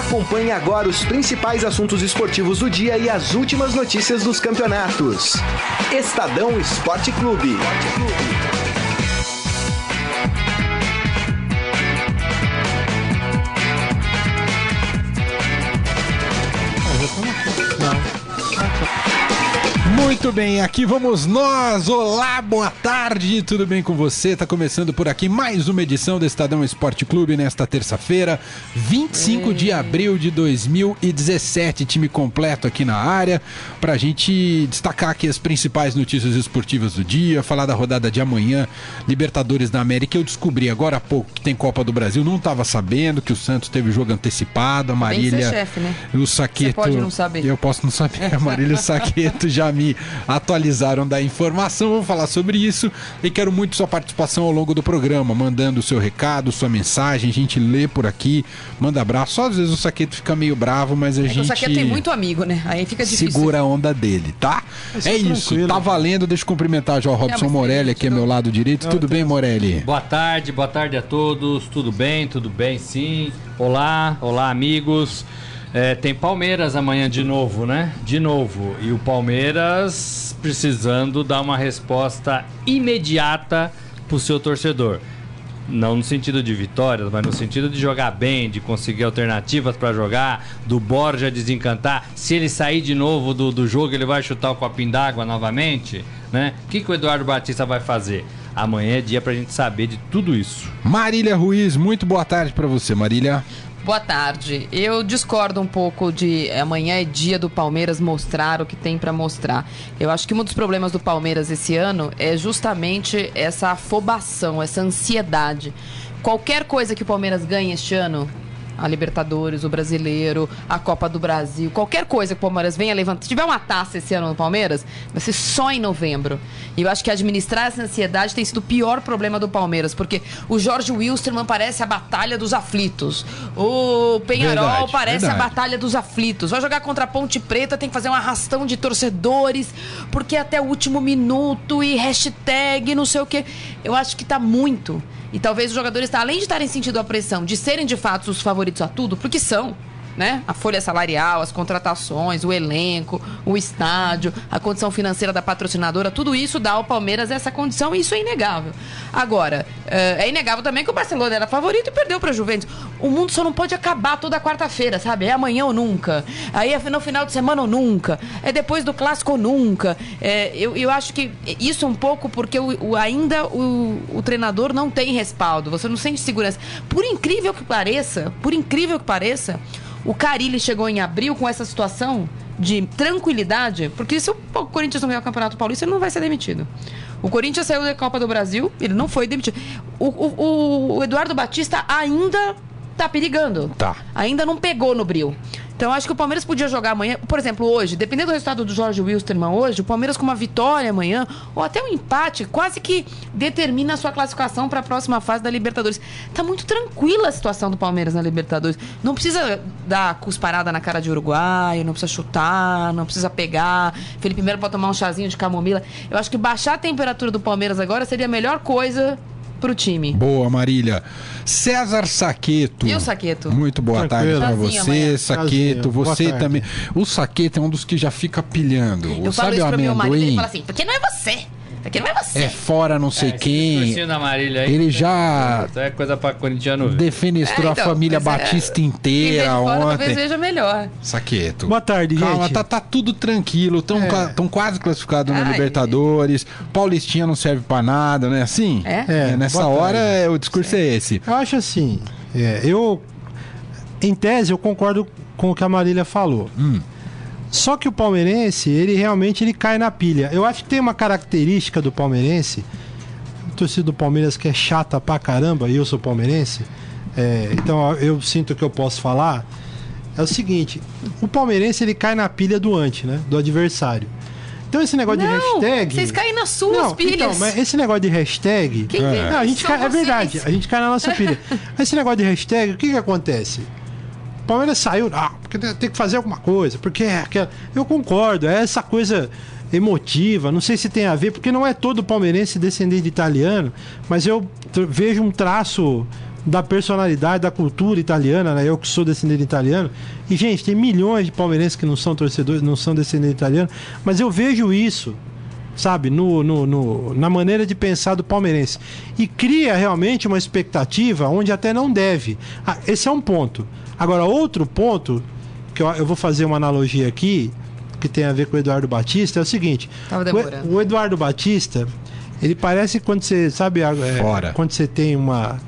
Acompanhe agora os principais assuntos esportivos do dia e as últimas notícias dos campeonatos. Estadão Esporte Clube. Muito bem, aqui vamos nós. Olá, boa tarde, tudo bem com você? Tá começando por aqui mais uma edição do Estadão Esporte Clube nesta terça-feira, 25 de abril de 2017. Time completo aqui na área pra gente destacar aqui as principais notícias esportivas do dia, falar da rodada de amanhã, Libertadores da América. Eu descobri agora há pouco que tem Copa do Brasil, não tava sabendo que o Santos teve jogo antecipado, a Marília... Tem que ser chefe, né? O Saqueto... Você pode não saber. Eu posso não saber, a Marília e o Saqueto já me atualizaram da informação. Vamos falar sobre isso e quero muito sua participação ao longo do programa, mandando o seu recado, sua mensagem, a gente lê por aqui, manda abraço. Só às vezes o Saqueto fica meio bravo, mas a gente... O Saqueto tem muito amigo, né? Aí fica difícil. Segura a onda dele, tá? É isso, tranquilo. Tá valendo. Deixa eu cumprimentar já o Robson Morelli, aqui é meu lado direito. Tudo bem, Morelli? Boa tarde a todos. Tudo bem, sim. Olá, amigos. Tem Palmeiras amanhã de novo, né? De novo. E o Palmeiras precisando dar uma resposta imediata pro seu torcedor. Não no sentido de vitórias, mas no sentido de jogar bem, de conseguir alternativas para jogar, do Borja desencantar. Se ele sair de novo do jogo, ele vai chutar o copinho d'água novamente, né? O que o Eduardo Batista vai fazer? Amanhã é dia pra gente saber de tudo isso. Marília Ruiz, muito boa tarde para você, Marília. Boa tarde. Eu discordo um pouco de amanhã é dia do Palmeiras mostrar o que tem para mostrar. Eu acho que um dos problemas do Palmeiras esse ano é justamente essa afobação, essa ansiedade. Qualquer coisa que o Palmeiras ganhe este ano, a Libertadores, o Brasileiro, a Copa do Brasil, qualquer coisa que o Palmeiras venha levantar. Se tiver uma taça esse ano no Palmeiras, vai ser só em novembro. E eu acho que administrar essa ansiedade tem sido o pior problema do Palmeiras, porque o Jorge Wilstermann parece a batalha dos aflitos. O Penharol parece a batalha dos aflitos. Vai jogar contra a Ponte Preta, tem que fazer um arrastão de torcedores, porque até o último minuto e hashtag, não sei o quê. Eu acho que tá muito... E talvez os jogadores, além de estarem sentindo a pressão de serem de fato os favoritos a tudo, porque são, né? A folha salarial, as contratações, o elenco, o estádio, a condição financeira da patrocinadora, tudo isso dá ao Palmeiras essa condição e isso é inegável. Agora, é inegável também que o Barcelona era favorito e perdeu para a Juventus. O mundo só não pode acabar toda quarta-feira, sabe? É amanhã ou nunca. Aí é no final de semana ou nunca. É depois do clássico ou nunca. Eu acho que isso é um pouco porque ainda o treinador não tem respaldo. Você não sente segurança. Por incrível que pareça, o Carille chegou em abril com essa situação de tranquilidade, porque se o Corinthians não ganhar o Campeonato Paulista, ele não vai ser demitido. O Corinthians saiu da Copa do Brasil, ele não foi demitido. O Eduardo Batista ainda tá perigando. Tá. Ainda não pegou no bril. Então, acho que o Palmeiras podia jogar amanhã, por exemplo, hoje, dependendo do resultado do Jorge Wilstermann hoje, o Palmeiras com uma vitória amanhã, ou até um empate, quase que determina a sua classificação para a próxima fase da Libertadores. Tá muito tranquila a situação do Palmeiras na Libertadores. Não precisa dar cusparada na cara de uruguaio, não precisa chutar, não precisa pegar. Felipe Melo pode tomar um chazinho de camomila. Eu acho que baixar a temperatura do Palmeiras agora seria a melhor coisa pro time. Boa, Marília. César Saqueto. E o Saqueto? Muito boa tarde pra você, amanhã. Saqueto. Você também. O Saqueto é um dos que já fica pilhando. Eu falo isso pro meu marido, ele fala assim, porque não é você. Porque não é você. É fora não sei quem. Da Marília aí, ele já... É coisa pra corintiano ver. Defenestrou a família Batista inteira ontem. Talvez seja melhor. Saqueto. Boa tarde, Calma, gente. tá tudo tranquilo. Estão quase classificados na Libertadores. Paulistinha não serve pra nada, né? Assim? Nessa hora o discurso é esse. Eu acho assim, em tese eu concordo com o que a Marília falou. Só que o palmeirense, ele cai na pilha. Eu acho que tem uma característica do palmeirense, a torcida do Palmeiras que é chata pra caramba, e eu sou palmeirense, então eu sinto que eu posso falar, é o seguinte, o palmeirense ele cai na pilha do né? Do adversário. Então esse negócio de hashtag... Vocês caem nas suas pilhas. Então, mas esse negócio de hashtag... Não, a gente cai, é verdade, a gente cai na nossa pilha. Esse negócio de hashtag, o que acontece? O Palmeiras saiu, porque tem que fazer alguma coisa, porque eu concordo, é essa coisa emotiva, não sei se tem a ver, porque não é todo palmeirense descendente de italiano, mas eu vejo um traço da personalidade, da cultura italiana, né? Eu que sou descendente italiano. E, gente, tem milhões de palmeirenses que não são torcedores, não são descendentes italianos, mas eu vejo isso, sabe, na maneira de pensar do palmeirense. E cria realmente uma expectativa onde até não deve. Esse é um ponto. Agora, outro ponto, que eu vou fazer uma analogia aqui, que tem a ver com o Eduardo Batista, é o seguinte. O Eduardo Batista, ele parece quando você, sabe, quando você tem uma...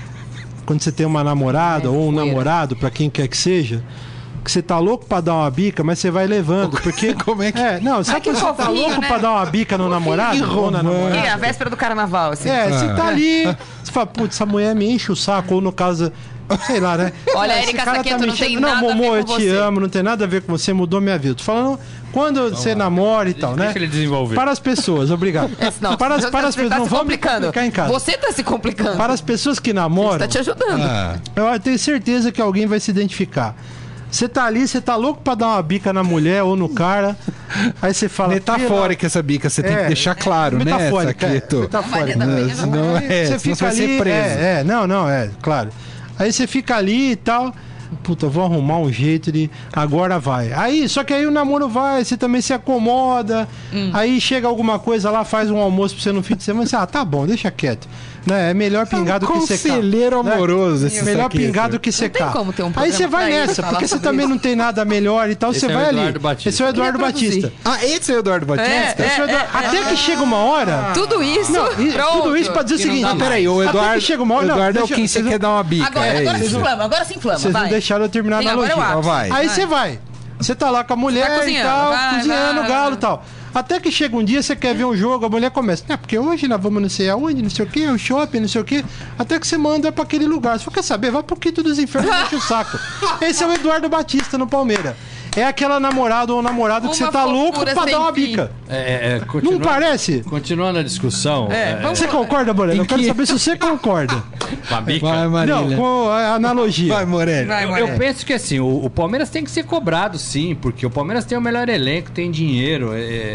Quando você tem uma namorada ou um namorado, pra quem quer que seja, que você tá louco pra dar uma bica, mas você vai levando, porque... Como é que... não, sabe que você tá louco, né, pra dar uma bica no namorado ou na namorada? É a véspera do carnaval, assim. Você tá ali, você fala, putz, essa mulher me enche o saco, ou no caso... Sei lá, né? Olha, Érica Saqueto, não tem nada a ver com Momô, eu você. te amo, não tem nada a ver com você, mudou minha vida. Tô falando quando você namora e tal, né? Deixa ele desenvolver. Para as pessoas, obrigado. Não, para as pessoas, tá não se vamos me complicando. complicar em casa. Você tá se complicando. Para as pessoas que namoram, Tá te ajudando. eu tenho certeza que alguém vai se identificar. Você tá ali, você tá louco pra dar uma bica na mulher ou no cara. Aí você fala... Metafórica essa bica, você tem que deixar claro, né, Saqueto? Metafórica. Não é, você senão fica você vai ali, ser preso. não, claro. Aí você fica ali e tal... Puta, vou arrumar um jeito de... Agora vai. Só que aí o namoro vai, você também se acomoda. Aí chega alguma coisa lá, faz um almoço pra você no fim de semana. Você, tá bom, deixa quieto. Né? É melhor pingar do que secar. Conselheiro amoroso, esse melhor Saqueto. pingar do que secar. Tem como ter um Aí programa você vai pra nessa, isso, porque você falar também sobre não tem nada melhor e tal. Esse você é o vai ali. Eduardo Batista. Esse é o Eduardo Batista. Esse é o Eduardo Batista? Até que chega uma hora... Tudo isso, pronto. Tudo isso pra dizer o seguinte... Ah, peraí, o até Eduardo, que chega uma hora... o Eduardo é o deixa- quem você quer dar uma bica. Agora se isso. inflama, Vocês vai. não deixaram eu terminar a Sim, agora analogia. eu acho. Vai. Aí você vai. Você tá lá com a mulher Tá e cozinhando, tal, vai, cozinhando vai. galo e tal. Até que chega um dia, você quer ver um jogo, a mulher começa. Porque hoje nós vamos não sei aonde, não sei o que, o shopping, não sei o que. Até que você manda pra aquele lugar. Você fala, quer saber? Vai pro quinto dos infernos e enche o saco. Esse é o Eduardo Batista no Palmeiras. É aquela namorada ou namorado que Uma você tá louco fofura pra sem dar uma fim. bica. Continuando- Não parece? Continuando a discussão, Você concorda, Moreno? Eu quero saber se você concorda. com a bica. Vai, Marília. Não, com a analogia. Vai, Morelli. Eu penso que assim, o Palmeiras tem que ser cobrado, sim, porque o Palmeiras tem o melhor elenco, tem dinheiro.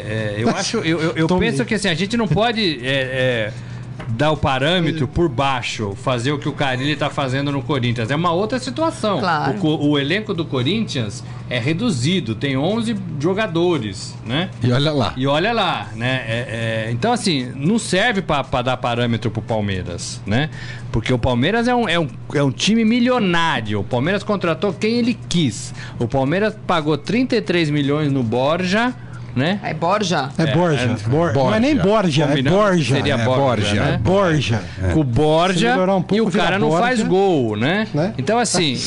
Eu penso que assim, a gente não pode dar o parâmetro por baixo, fazer o que o Carille tá fazendo no Corinthians. É uma outra situação. Claro. O elenco do Corinthians é reduzido, tem 11 jogadores, né? E olha lá. Né? Então, assim, não serve para dar parâmetro pro Palmeiras, né? Porque o Palmeiras é um time milionário. O Palmeiras contratou quem ele quis. O Palmeiras pagou 33 milhões no Borja, né? É Borja. É Borja. Não é nem Borja, é Combinando, Borja. seria Borja, né? Borja. Com o Borja Se melhorar um pouco, e o cara vira não Borja, faz gol, né? né? Então, assim,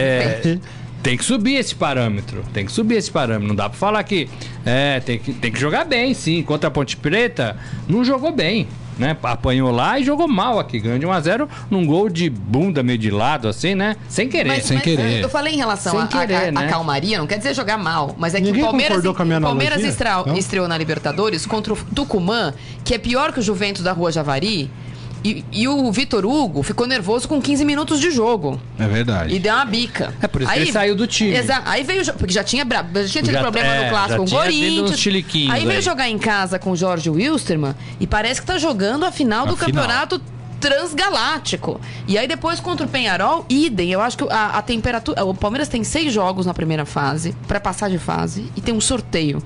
tem que subir esse parâmetro. Não dá pra falar que tem que jogar bem, sim. Contra a Ponte Preta, não jogou bem, né? Apanhou lá e jogou mal aqui. Ganhou de 1-0 num gol de bunda meio de lado, assim, né? Sem querer. sem querer. Eu falei em relação Sem à querer, né? calmaria, não quer dizer jogar mal, mas é que Ninguém o Palmeiras, concordou com a minha Palmeiras analogia? Não? estreou na Libertadores contra o Tucumã, que é pior que o Juventus da Rua Javari, e o Vitor Hugo ficou nervoso com 15 minutos de jogo. É verdade. E deu uma bica. É por isso que ele saiu do time. Exato. Aí veio. Porque já tinha tido problema no clássico com o já tinha tido uns Corinthians. chiliquinhos Aí veio aí. jogar em casa com o Jorge Wilstermann e parece que tá jogando a final do campeonato transgaláctico. E aí depois contra o Peñarol, idem. Eu acho que a temperatura. O Palmeiras tem 6 jogos na primeira fase, pra passar de fase, e tem um sorteio.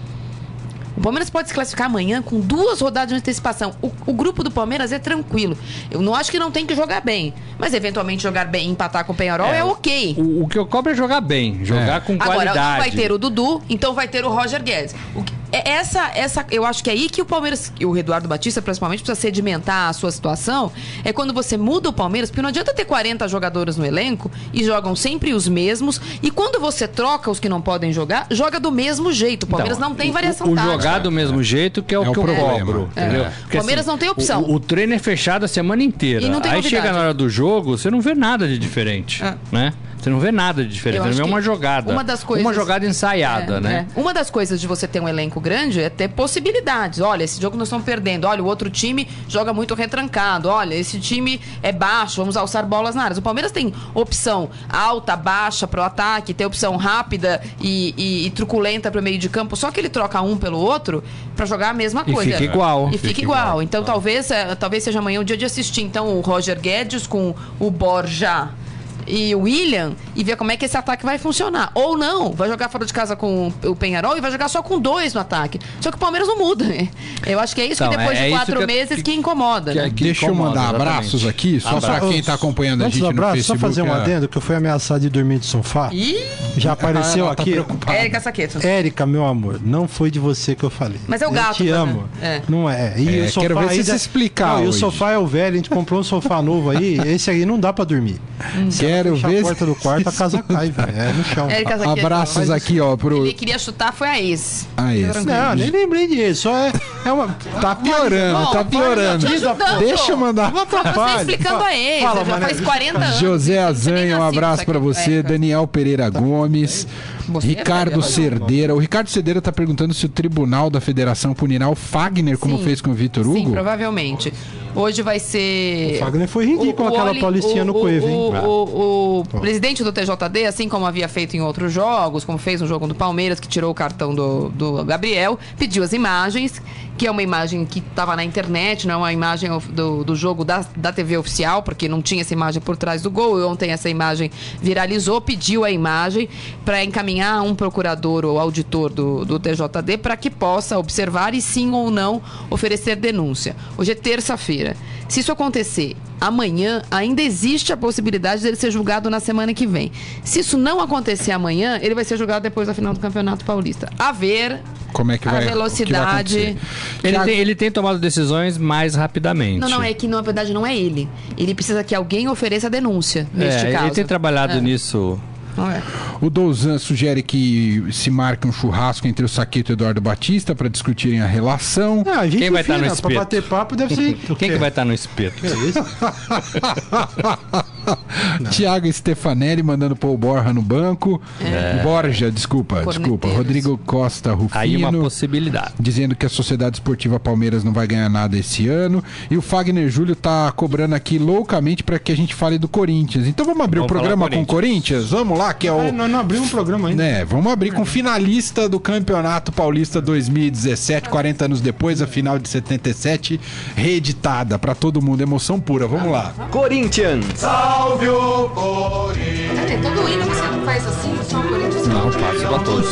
O Palmeiras pode se classificar amanhã com 2 rodadas de antecipação. O grupo do Palmeiras é tranquilo. Eu não acho que não tem que jogar bem. Mas eventualmente jogar bem e empatar com o Peñarol é ok. O que eu cobro é jogar bem, jogar com qualidade. Agora, não vai ter o Dudu, então vai ter o Roger Guedes. Eu acho que é aí que o Palmeiras, e o Eduardo Batista principalmente, precisa sedimentar a sua situação, é quando você muda o Palmeiras, porque não adianta ter 40 jogadores no elenco e jogam sempre os mesmos, e quando você troca os que não podem jogar, joga do mesmo jeito. O Palmeiras não tem variação o tática. jogar do mesmo jeito que é o que eu problema. cobro, entendeu? Porque, Palmeiras não tem opção. O treino é fechado a semana inteira. E não tem Aí novidade. chega na hora do jogo, você não vê nada de diferente, né? Você não vê nada de diferente, não vê uma jogada. Uma jogada ensaiada, né? Uma das coisas de você ter um elenco grande é ter possibilidades. Olha, esse jogo nós estamos perdendo. Olha, o outro time joga muito retrancado. Olha, esse time é baixo, vamos alçar bolas na área. O Palmeiras tem opção alta, baixa para o ataque, tem opção rápida e truculenta para o meio de campo. Só que ele troca um pelo outro para jogar a mesma coisa. E fica igual. E fica igual. Então talvez seja amanhã o dia de assistir. Então o Roger Guedes com o Borja e o William e ver como é que esse ataque vai funcionar. Ou não, vai jogar fora de casa com o Peñarol e vai jogar só com 2 no ataque. Só que o Palmeiras não muda, né? Eu acho que é isso que depois de 4 meses que incomoda, né? Deixa eu mandar abraços aqui, só para quem tá acompanhando a gente no Facebook. Só fazer um adendo, que eu fui ameaçado de dormir de sofá. Já apareceu aqui. Érica Saqueto. Érica, meu amor, não foi de você que eu falei. Mas é o gato. Eu te amo. Não é. E o sofá quero ver se explicar hoje. E o sofá é o velho, a gente comprou um sofá novo aí, esse aí não dá pra dormir. Quero ver a porta do quarto, a casa cai, velho. É no chão. Abraços aqui, ó, pro... Ele queria chutar, foi a ex. A ex. Não, nem lembrei disso. Só é uma... Tá piorando, tá piorando. Deixa eu mandar. Você explicando a ex, já faz 40 anos. José Azanha, um abraço pra você. Daniel Pereira Gomes. Ricardo Cerdeira. O Ricardo Cerdeira tá perguntando se o Tribunal da Federação punirá o Fagner, como fez com o Vitor Hugo. Sim, provavelmente. Hoje vai ser... O Fagner foi ridículo com aquela paulistinha no Coelho, hein? O presidente do TJD, assim como havia feito em outros jogos, como fez no jogo do Palmeiras, que tirou o cartão do Gabriel, pediu as imagens, que é uma imagem que estava na internet, não é uma imagem do jogo da TV oficial, porque não tinha essa imagem por trás do gol. E ontem essa imagem viralizou, pediu a imagem para encaminhar a um procurador ou auditor do TJD para que possa observar e sim ou não oferecer denúncia. Hoje é terça-feira. Se isso acontecer amanhã, ainda existe a possibilidade dele ser julgado na semana que vem. Se isso não acontecer amanhã, ele vai ser julgado depois da final do Campeonato Paulista. A ver como é que vai, a velocidade. Ele tem tomado decisões mais rapidamente. Não, é que na verdade não é ele. Ele precisa que alguém ofereça a denúncia neste caso. Ele tem trabalhado nisso. O Douzan sugere que se marque um churrasco entre o Saqueto e o Eduardo Batista para discutirem a relação. Quem vai estar no espeto? Pra bater papo deve ser... Quem que vai estar no espeto? Que é isso? Tiago Stefanelli mandando pôr o Borja no banco. Borja, desculpa. Rodrigo Costa Rufino. Aí uma possibilidade. Dizendo que a Sociedade Esportiva Palmeiras não vai ganhar nada esse ano. E o Fagner Júlio tá cobrando aqui loucamente para que a gente fale do Corinthians. Então vamos abrir o programa com o Corinthians? Vamos lá, que é o... Nós não abrimos um programa ainda. Vamos abrir com o finalista do Campeonato Paulista 2017, 40 anos depois, a final de 77, reeditada pra todo mundo, emoção pura. Vamos lá. Corinthians. Salve o Corinthians. Cadê? Todo hino você não faz assim, só o Corinthians. Não, faço igual a todos.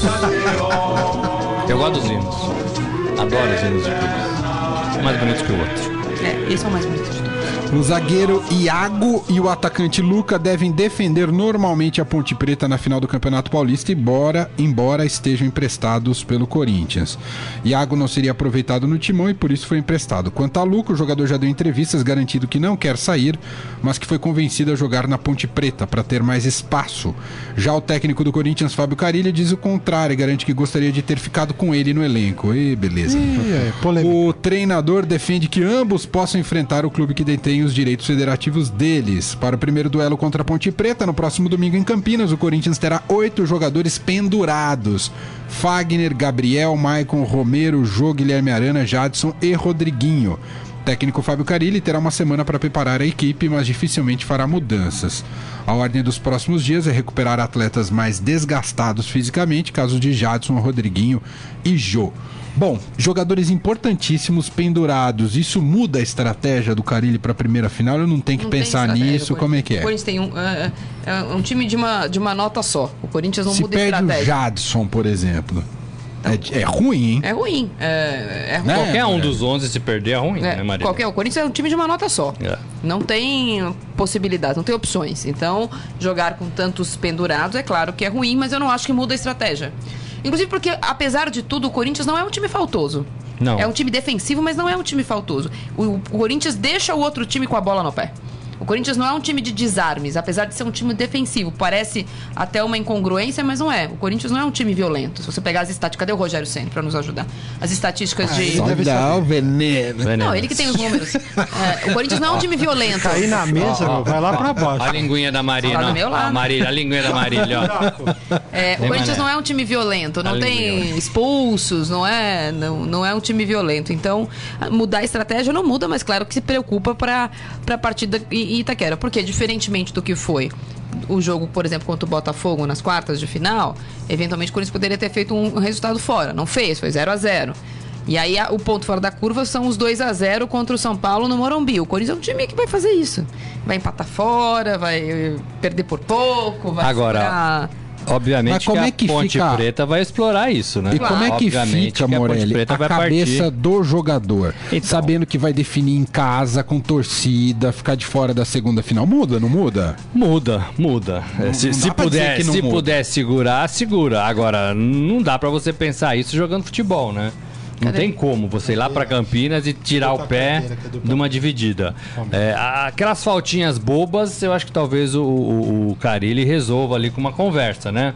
Eu gosto dos hinos. Adoro os hinos de clubes. Um mais bonitos que o outro. Esse é o mais bonito de todos. O zagueiro Iago e o atacante Luca devem defender normalmente a Ponte Preta na final do Campeonato Paulista, embora estejam emprestados pelo Corinthians. Iago não seria aproveitado no Timão e por isso foi emprestado. Quanto a Luca, o jogador já deu entrevistas garantindo que não quer sair, mas que foi convencido a jogar na Ponte Preta para ter mais espaço. Já o técnico do Corinthians, Fábio Carilli, diz o contrário e garante que gostaria de ter ficado com ele no elenco. Beleza. O treinador defende que ambos possam enfrentar o clube que detém os direitos federativos deles. Para o primeiro duelo contra a Ponte Preta, no próximo domingo em Campinas, o Corinthians terá 8 jogadores pendurados: Fagner, Gabriel, Maicon, Romero, Jô, Guilherme Arana, Jadson e Rodriguinho. O técnico Fábio Carilli terá uma semana para preparar a equipe, mas dificilmente fará mudanças. A ordem dos próximos dias é recuperar atletas mais desgastados fisicamente, casos de Jadson, Rodriguinho e Jô. Bom, jogadores importantíssimos pendurados. Isso muda a estratégia do Carilli para a primeira final? Eu não tenho que pensar nisso? Como é que é? O Corinthians tem um time de uma nota só. O Corinthians não muda a estratégia. Se perde o Jadson, por exemplo. É ruim, hein? É ruim. Ruim. Qualquer um dos 11 se perder é ruim, né, Maria? O Corinthians é um time de uma nota só. Não tem possibilidades, não tem opções. Então, jogar com tantos pendurados é claro que é ruim, mas eu não acho que muda a estratégia. Inclusive porque, apesar de tudo, o Corinthians não é um time faltoso. Não. É um time defensivo, mas não é um time faltoso. O Corinthians deixa o outro time com a bola no pé. O Corinthians não é um time de desarmes, apesar de ser um time defensivo. Parece até uma incongruência, mas não é. O Corinthians não é um time violento. Se você pegar as estatísticas... Cadê o Rogério Ceni para nos ajudar? As estatísticas de... Olha o veneno. Não, ele que tem os números. O Corinthians não é um time violento. Cair na mesa, vai lá pra baixo. A linguinha da Marília. Tá do meu lado. A linguinha da Marília, ó. O Corinthians não é um time violento, não tem expulsos, não é um time violento. Então, mudar a estratégia não muda, mas claro que se preocupa para a partida em Itaquera. Porque, diferentemente do que foi o jogo, por exemplo, contra o Botafogo nas quartas de final, eventualmente o Corinthians poderia ter feito um resultado fora. Não fez, foi 0-0. E aí o ponto fora da curva são os 2-0 contra o São Paulo no Morumbi. O Corinthians é um time que vai fazer isso. Vai empatar fora, vai perder por pouco, vai Agora, obviamente que a Ponte Preta vai explorar isso, né? E como é que fica, Morelli, a cabeça do jogador? Então, sabendo que vai definir em casa, com torcida, ficar de fora da segunda final. Muda, não muda? Muda. Se puder segurar, segura. Agora, não dá pra você pensar isso jogando futebol, né? Não tem como você ir lá para Campinas e tirar o pé de uma dividida. Aquelas faltinhas bobas, eu acho que talvez o Carille resolva ali com uma conversa, né?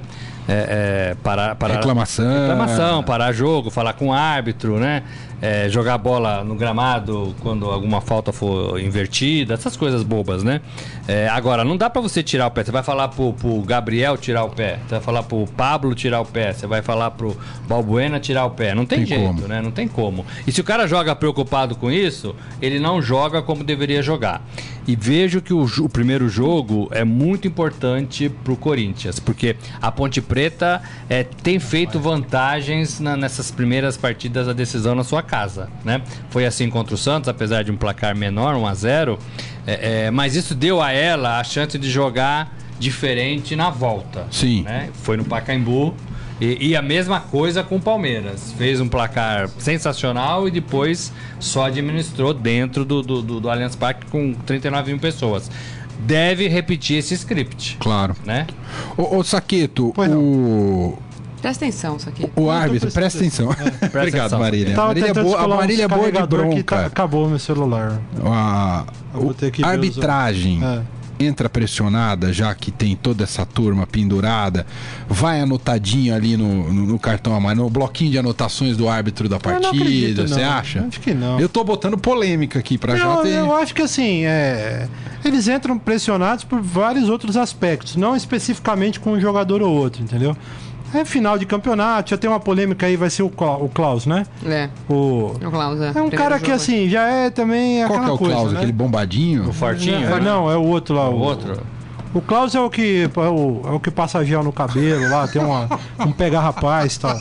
Reclamação, parar jogo, falar com o árbitro, né? Jogar bola no gramado quando alguma falta for invertida, essas coisas bobas, né? Agora, não dá pra você tirar o pé. Você vai falar pro Gabriel tirar o pé, você vai falar pro Pablo tirar o pé, você vai falar pro Balbuena tirar o pé. Não tem jeito, como, né? Não tem como. E se o cara joga preocupado com isso, ele não joga como deveria jogar. E vejo que o primeiro jogo é muito importante pro Corinthians, porque a Ponte Preta tem feito vantagens nessas primeiras partidas da decisão na sua casa, né? Foi assim contra o Santos, apesar de um placar menor, 1-0, mas isso deu a ela a chance de jogar diferente na volta. Sim. Né? Foi no Pacaembu. E a mesma coisa com o Palmeiras. Fez um placar sensacional e depois só administrou dentro do Allianz Parque com 39 mil pessoas. Deve repetir esse script. Claro. Né? Ô Saqueto, Presta atenção, isso aqui. O árbitro, presta atenção. Obrigado, Marília. A Marília é boa de bronca. Acabou meu celular. A arbitragem entra pressionada, já que tem toda essa turma pendurada, vai anotadinho ali no cartão amarelo, no bloquinho de anotações do árbitro da partida, você acha? Acho que não. Eu tô botando polêmica aqui pra já ter... Eu acho que assim, eles entram pressionados por vários outros aspectos, não especificamente com um jogador ou outro, entendeu? É final de campeonato, já tem uma polêmica aí, vai ser o Klaus, né? O Klaus, é um cara que assim, já é também aquela coisa. Qual que é o Klaus? Né? Aquele bombadinho? O fortinho? Não, é o outro lá. O outro? O Klaus é o que passa gel no cabelo lá, tem um pega-rapaz e tal.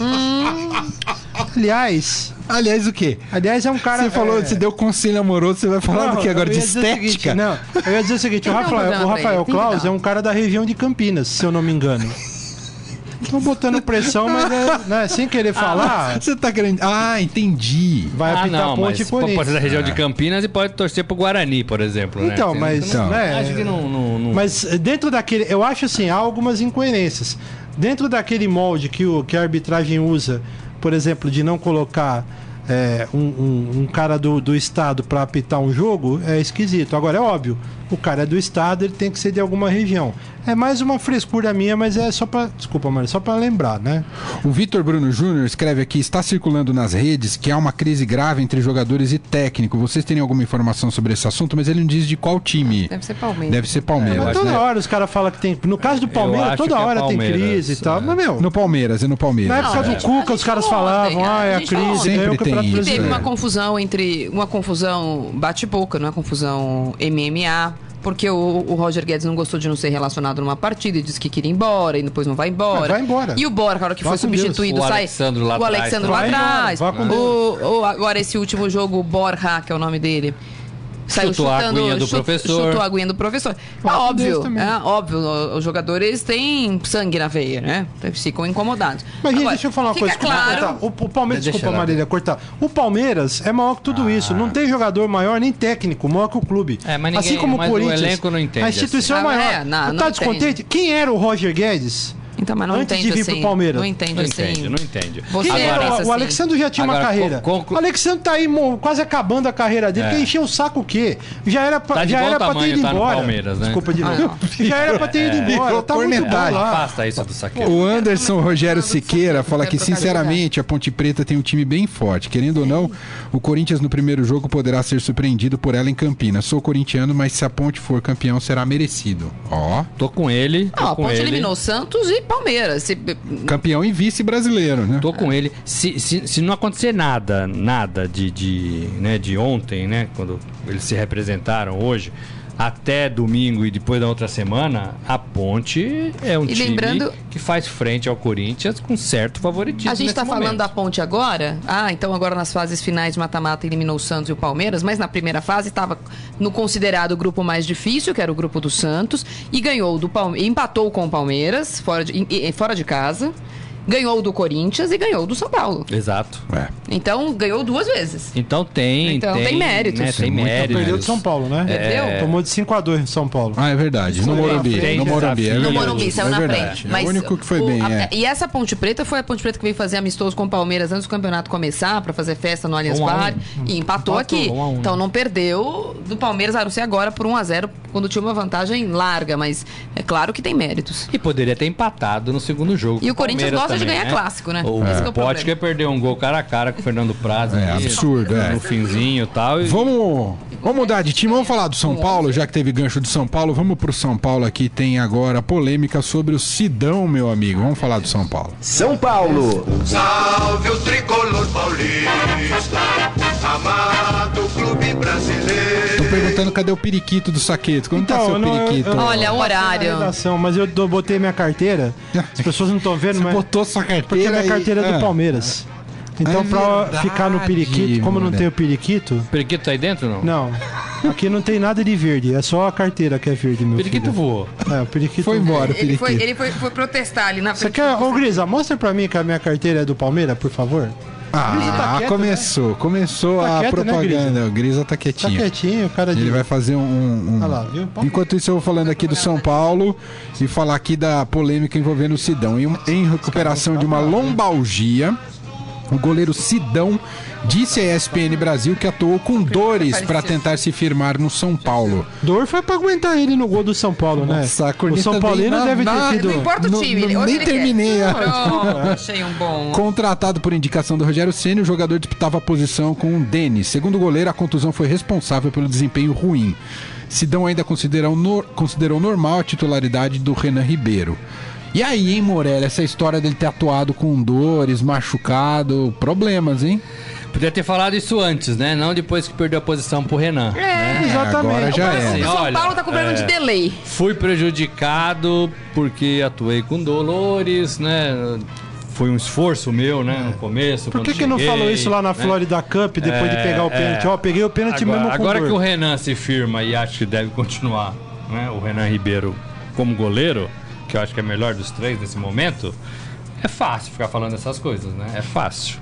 Aliás, o quê? Aliás, é um cara... Você falou, você deu conselho amoroso, você vai falar do que agora? De estética? Eu ia dizer o seguinte, o Rafael Klaus é um cara da região de Campinas, se eu não me engano. Tô botando pressão, mas sem querer falar. Você tá querendo. Entendi. Vai apitar Ponte e Corinthians. Pode ser da região de Campinas e pode torcer pro Guarani, por exemplo. Então, né? mas. Acho que não. Mas dentro daquele. Eu acho assim, há algumas incoerências. Dentro daquele molde que a arbitragem usa, por exemplo, de não colocar um cara do estado para apitar um jogo, é esquisito. Agora, é óbvio, o cara é do estado, ele tem que ser de alguma região. É mais uma frescura minha, mas é só pra... Desculpa, Mário, só pra lembrar, né? O Vitor Bruno Júnior escreve aqui: está circulando nas redes que há uma crise grave entre jogadores e técnico. Vocês têm alguma informação sobre esse assunto? Mas ele não diz de qual time. Deve ser Palmeiras. Deve ser Palmeiras. Mas toda hora os caras falam que tem... No caso do Palmeiras, toda hora tem crise e tal. Mas, meu... No Palmeiras, Na época do Cuca, os caras falavam, é a crise. Sempre tem isso. Teve uma confusão uma confusão bate-boca, não é confusão MMA... Porque o Roger Guedes não gostou de não ser relacionado numa partida e disse que queria ir embora e depois não vai embora. Vai embora. E o Borja, na hora que foi substituído, sai. O Alexandre lá atrás. Agora esse último jogo, o Borja, que é o nome dele. Saiu chutou a aguinha do professor. Chutou a aguinha do professor. Óbvio, os jogadores têm sangue na veia, né? Eles ficam incomodados. Mas, gente, deixa eu falar uma coisa. Claro. O Palmeiras, desculpa, Marília, cortar. O Palmeiras é maior que tudo isso. Não tem jogador maior, nem técnico, maior que o clube. Mas ninguém, assim como o Corinthians. O elenco não entende. A instituição é maior. Tá descontente? Quem era o Roger Guedes? Então, mas não Antes de entende vir assim. pro Palmeiras. Não entende Não assim. entende, não entende. Você Agora, pensa o assim. Alexandre já tinha uma Agora, carreira. O Alexandre tá aí quase acabando a carreira dele, porque encheu o saco o quê? Já era pra, Tá de já bom era pra ter tamanho, ido tá no embora. Palmeiras, né? Desculpa de novo. Já era pra ter ido embora. Tá muito bom cornetagem. lá. Basta isso do Saqueiro. O Anderson Rogério do Siqueira Saqueiro, fala quer que, trocar de sinceramente, a Ponte Preta tem um time bem forte. Querendo ou não, o Corinthians no primeiro jogo poderá ser surpreendido por ela em Campinas. Sou corintiano, mas se a Ponte for campeão, será merecido. Ó, Tô com ele. Não, a Ponte eliminou Santos e Palmeiras. campeão e vice brasileiro, né? Tô com ele. Se não acontecer nada de ontem, né? Quando eles se representaram hoje, até domingo e depois da outra semana, a Ponte é um E time lembrando- que faz frente ao Corinthians com certo favoritismo. A gente nesse tá falando momento. da Ponte agora? Então agora nas fases finais de mata-mata eliminou o Santos e o Palmeiras, mas na primeira fase estava no considerado grupo mais difícil, que era o grupo do Santos, e ganhou do Palmeiras, empatou com o Palmeiras, fora de casa, ganhou do Corinthians e ganhou do São Paulo. Exato. É. Então ganhou 2 vezes. Então tem méritos. Né, tem Muito méritos. Perdeu de São Paulo, né? Perdeu? Tomou de 5-2 em São Paulo. Ah, é verdade. No Morumbi. Tem No Morumbi, é desafio. No verdade. Morumbi, saiu é na verdade. frente. É o único que foi bem, E essa Ponte Preta foi a Ponte Preta que veio fazer amistoso com o Palmeiras antes do campeonato começar, pra fazer festa no Allianz 1 a 1. Parque. E empatou aqui. 1 a 1. Então não perdeu do Palmeiras, a não ser agora por 1-0, quando tinha uma vantagem larga. Mas é claro que tem méritos. E poderia ter empatado no segundo jogo. E com o Corinthians Palmeiras gosta de também, ganhar clássico, né? O Esse que é o Potker problema. perdeu um gol cara a cara com o Fernando Praz. É ali, absurdo, é. No finzinho e tal. Vamos mudar de time, vamos falar do São Paulo, já que teve gancho do São Paulo. Vamos pro São Paulo aqui, tem agora polêmica sobre o Sidão, meu amigo. Vamos falar do São Paulo. São Paulo. Salve o tricolor paulista, amado clube brasileiro. Tô perguntando cadê o periquito do Saqueto. Como tá seu periquito? Olha, o passei na horário. redação, mas eu botei minha carteira. As pessoas não estão vendo, Você mas botou sua carteira porque a minha aí. carteira é do Palmeiras. Então, É pra verdade, ficar no periquito, como não moleque. tem o periquito, Periquito tá aí dentro ou não? não. Aqui não tem nada de verde, é só a carteira que é verde, meu Periquito filho. voou. É, o periquito Foi embora o Ele periquito. foi protestar ali na Você frente. quer, ô Grisa, mostra pra mim que a minha carteira é do Palmeiras, por favor. Grisa tá quieto, começou Tá a quieto, né, propaganda. O Grisa tá Tá quietinho. quietinho, cara de... Ele vai fazer um. Olha lá, viu? Enquanto isso, eu vou falando aqui do São Paulo e falar aqui da polêmica envolvendo o Sidão. Em recuperação de uma lombalgia, o goleiro Sidão disse à ESPN Brasil que atuou com dores para tentar se firmar no São Paulo. Dor foi pra aguentar ele no gol do São Paulo, né? Nossa, a O corneta São Paulino vem deve ter tido... Não importa o time. Não, hoje nem ele terminei quer. a- Pronto, achei um bom. Contratado por indicação do Rogério Ceni, o jogador disputava a posição com o Denis. Segundo o goleiro, a contusão foi responsável pelo desempenho ruim. Sidão ainda considerou normal a titularidade do Renan Ribeiro. E aí, hein, Morelli, essa história dele ter atuado com dores, machucado, problemas, hein? Podia ter falado isso antes, né? Não depois que perdeu a posição pro Renan. né? Exatamente. Agora já O é. São Olha, Paulo tá com problema de delay. Fui prejudicado porque atuei com dolores, né? Foi um esforço meu, né? No começo. Por quando que não cheguei, falou isso lá na né? Florida Cup, depois de pegar o pênalti? Ó, peguei o pênalti mesmo com Agora dor. que o Renan se firma e acho que deve continuar, né? O Renan Ribeiro como goleiro, que eu acho que é melhor dos três nesse momento, é fácil ficar falando essas coisas, né? É fácil.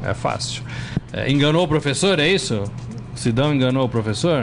Enganou o professor, é isso? O Sidão enganou o professor?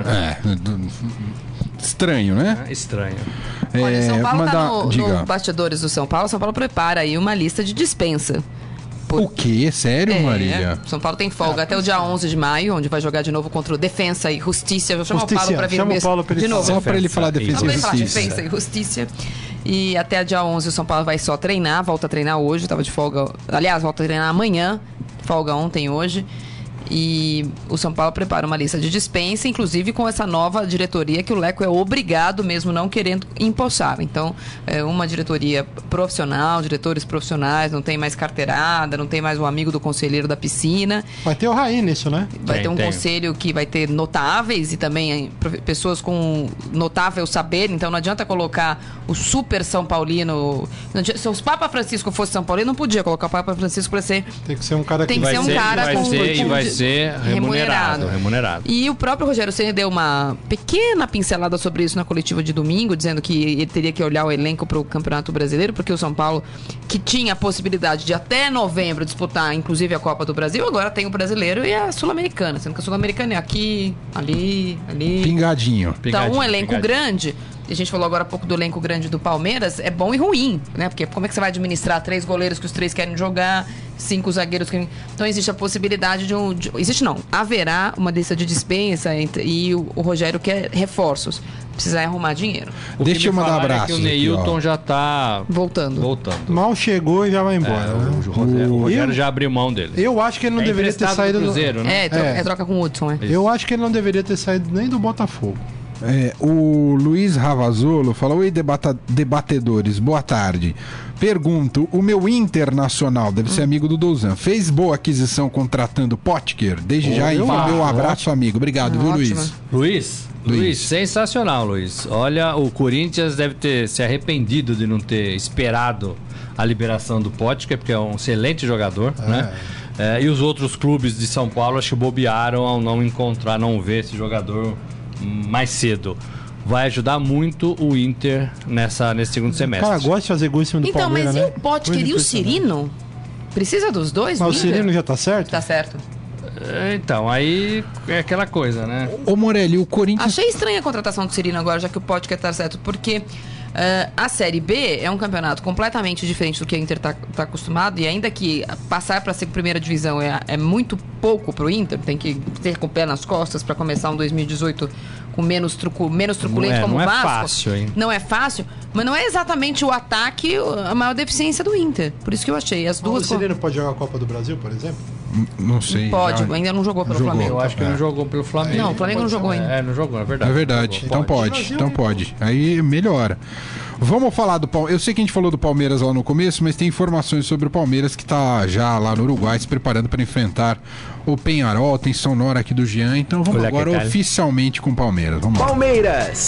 Estranho, né? Estranho. Olha, o São Paulo tá diga. no bastidores do São Paulo. São Paulo prepara aí uma lista de dispensa. O quê? Sério, Marília? São Paulo tem folga até o dia 11 de maio, onde vai jogar de novo contra o Defensa e Justiça. Eu vou chamar o Paulo pra vir Chama o mesmo. Paulo pra ele de novo. Só pra ele falar defesa Vamos e falar justiça. Defensa e Justiça. E até dia 11 o São Paulo vai só treinar, volta a treinar hoje, tava de folga. Aliás, volta a treinar amanhã, folga ontem, hoje. E o São Paulo prepara uma lista de dispensa, inclusive com essa nova diretoria que o Leco é obrigado, mesmo não querendo, empossar. Então, é uma diretoria profissional, diretores profissionais, não tem mais carteirada, não tem mais um amigo do conselheiro da piscina. Vai ter o Raí nisso, né? Vai ter um tem. conselho que vai ter notáveis e também pessoas com notável saber. Então não adianta colocar o super São Paulino. Se os Papa Francisco fosse São Paulino, não podia colocar o Papa Francisco para ser. Tem que ser um cara que Tem que ser um cara com remunerado. remunerado. E o próprio Rogério Ceni deu uma pequena pincelada sobre isso na coletiva de domingo, dizendo que ele teria que olhar o elenco para o Campeonato Brasileiro, porque o São Paulo, que tinha a possibilidade de até novembro disputar, inclusive a Copa do Brasil, agora tem o Brasileiro e a Sul-Americana, sendo que a Sul-Americana é aqui, ali. Pingadinho. Então, um elenco pingadinho. grande a gente falou agora há pouco do elenco grande do Palmeiras, é bom e ruim, né? Porque como é que você vai administrar 3 goleiros que os 3 querem jogar, 5 zagueiros que... Então existe a possibilidade existe não, haverá uma lista de dispensa e o Rogério quer reforços. Precisa arrumar dinheiro. Deixa eu mandar abraço. Que o Neilton já tá voltando. Mal chegou e já vai embora. O Rogério já abriu mão dele. Eu acho que ele não deveria ter saído do Cruzeiro, né? É troca com o Hudson, né? Eu acho que ele não deveria ter saído nem do Botafogo. O Luiz Ravazolo falou: oi, debatedores, boa tarde. Pergunto, o meu Internacional, deve ser amigo do Douzan, fez boa aquisição contratando Potker? Desde já envio meu abraço, amigo. Obrigado, viu, Luiz? Luiz, sensacional, Luiz. Olha, o Corinthians deve ter se arrependido de não ter esperado a liberação do Potker, porque é um excelente jogador, né? E os outros clubes de São Paulo acho que bobearam ao não ver esse jogador mais cedo. Vai ajudar muito o Inter nesse segundo semestre. O cara gosta de fazer gol em cima do Palmeiras, mas né? E o Potker e o Cirino? Precisa dos dois? Mas o Cirino já tá certo? Tá certo. Então, aí é aquela coisa, né? Ô Morelli, o Corinthians... Achei estranha a contratação do Cirino agora, já que o Potker tá certo, porque a Série B é um campeonato completamente diferente do que o Inter tá acostumado, e ainda que passar para a primeira divisão é muito pouco pro Inter, tem que ter com o pé nas costas para começar um 2018 com menos truculento como o Vasco. Não é fácil, hein? Não é fácil, mas não é exatamente o ataque a maior deficiência do Inter. Por isso que eu achei as duas... O Cirino pode jogar a Copa do Brasil, por exemplo? Não sei. Pode, ainda não jogou pelo Flamengo. Eu acho que não jogou pelo Flamengo. Não, o Flamengo não jogou ainda. Não jogou, é verdade. É verdade, então pode. Aí melhora. Vamos falar do Palmeiras. Eu sei que a gente falou do Palmeiras lá no começo, mas tem informações sobre o Palmeiras que tá já lá no Uruguai se preparando para enfrentar o Penharol. Tem sonora aqui do Jean, então vamos agora oficialmente com o Palmeiras. Vamos lá. Palmeiras.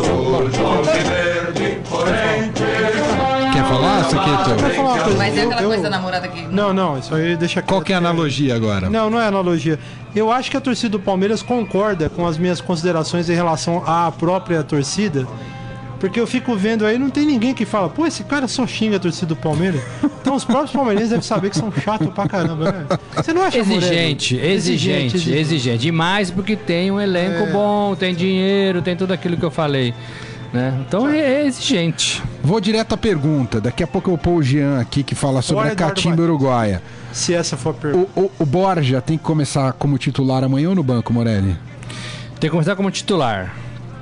Quer falar, Saqueto? Mas é aquela coisa da namorada que... Não, isso aí deixa... Qual que é a analogia agora? Não é analogia. Eu acho que a torcida do Palmeiras concorda com as minhas considerações em relação à própria torcida, porque eu fico vendo aí, não tem ninguém que fala, pô, esse cara só xinga a torcida do Palmeiras. Então os próprios palmeirenses devem saber que são chatos pra caramba, né? Você não acha, exigente demais, porque tem um elenco bom, tem dinheiro, tem tudo aquilo que eu falei, né? Então é exigente. Vou direto à pergunta. Daqui a pouco eu vou pôr o Jean aqui que fala sobre a catimba uruguaia. Se essa for a pergunta. O Borja tem que começar como titular amanhã ou no banco, Morelli? Tem que começar como titular.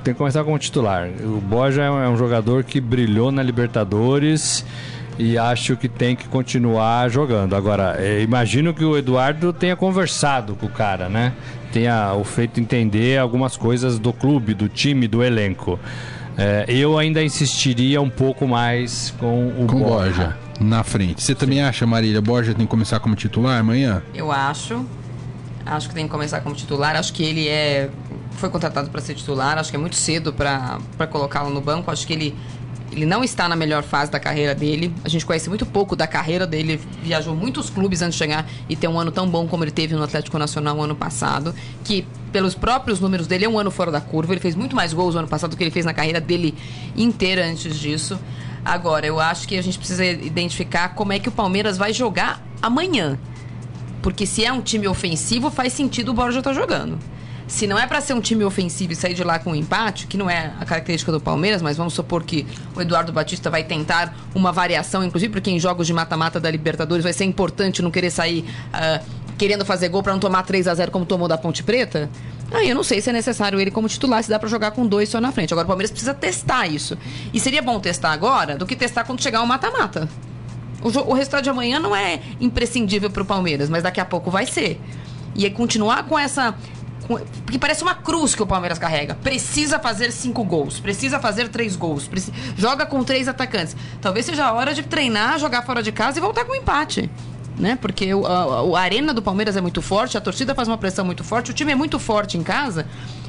O Borja é um jogador que brilhou na Libertadores e acho que tem que continuar jogando. Agora, imagino que o Eduardo tenha conversado com o cara, né? Tenha o feito entender algumas coisas do clube, do time, do elenco. Eu ainda insistiria um pouco mais com o Borja na frente. Você também acha, Marília, Borja tem que começar como titular amanhã? Eu acho que tem que começar como titular. Acho que ele foi contratado para ser titular. Acho que é muito cedo para colocá-lo no banco. Acho que ele não está na melhor fase da carreira dele. A gente conhece muito pouco da carreira dele. Viajou muitos clubes antes de chegar e ter um ano tão bom como ele teve no Atlético Nacional no ano passado, que pelos próprios números dele é um ano fora da curva. Ele fez muito mais gols no ano passado do que ele fez na carreira dele inteira antes disso. Agora, eu acho que a gente precisa identificar como é que o Palmeiras vai jogar amanhã. Porque se é um time ofensivo, faz sentido o Borja estar jogando. Se não é para ser um time ofensivo e sair de lá com um empate, que não é a característica do Palmeiras, mas vamos supor que o Eduardo Batista vai tentar uma variação, inclusive porque em jogos de mata-mata da Libertadores vai ser importante não querer sair querendo fazer gol para não tomar 3-0 como tomou da Ponte Preta. Aí eu não sei se é necessário ele como titular, se dá para jogar com 2 só na frente. Agora o Palmeiras precisa testar isso. E seria bom testar agora do que testar quando chegar o mata-mata. O resultado de amanhã não é imprescindível para o Palmeiras, mas daqui a pouco vai ser. E é continuar com essa... Porque parece uma cruz que o Palmeiras carrega. Precisa fazer 5 gols, precisa fazer 3 gols, joga com 3 atacantes. Talvez seja a hora de treinar, jogar fora de casa e voltar com um empate, né? Porque a arena do Palmeiras é muito forte, a torcida faz uma pressão muito forte, o time é muito forte em casa.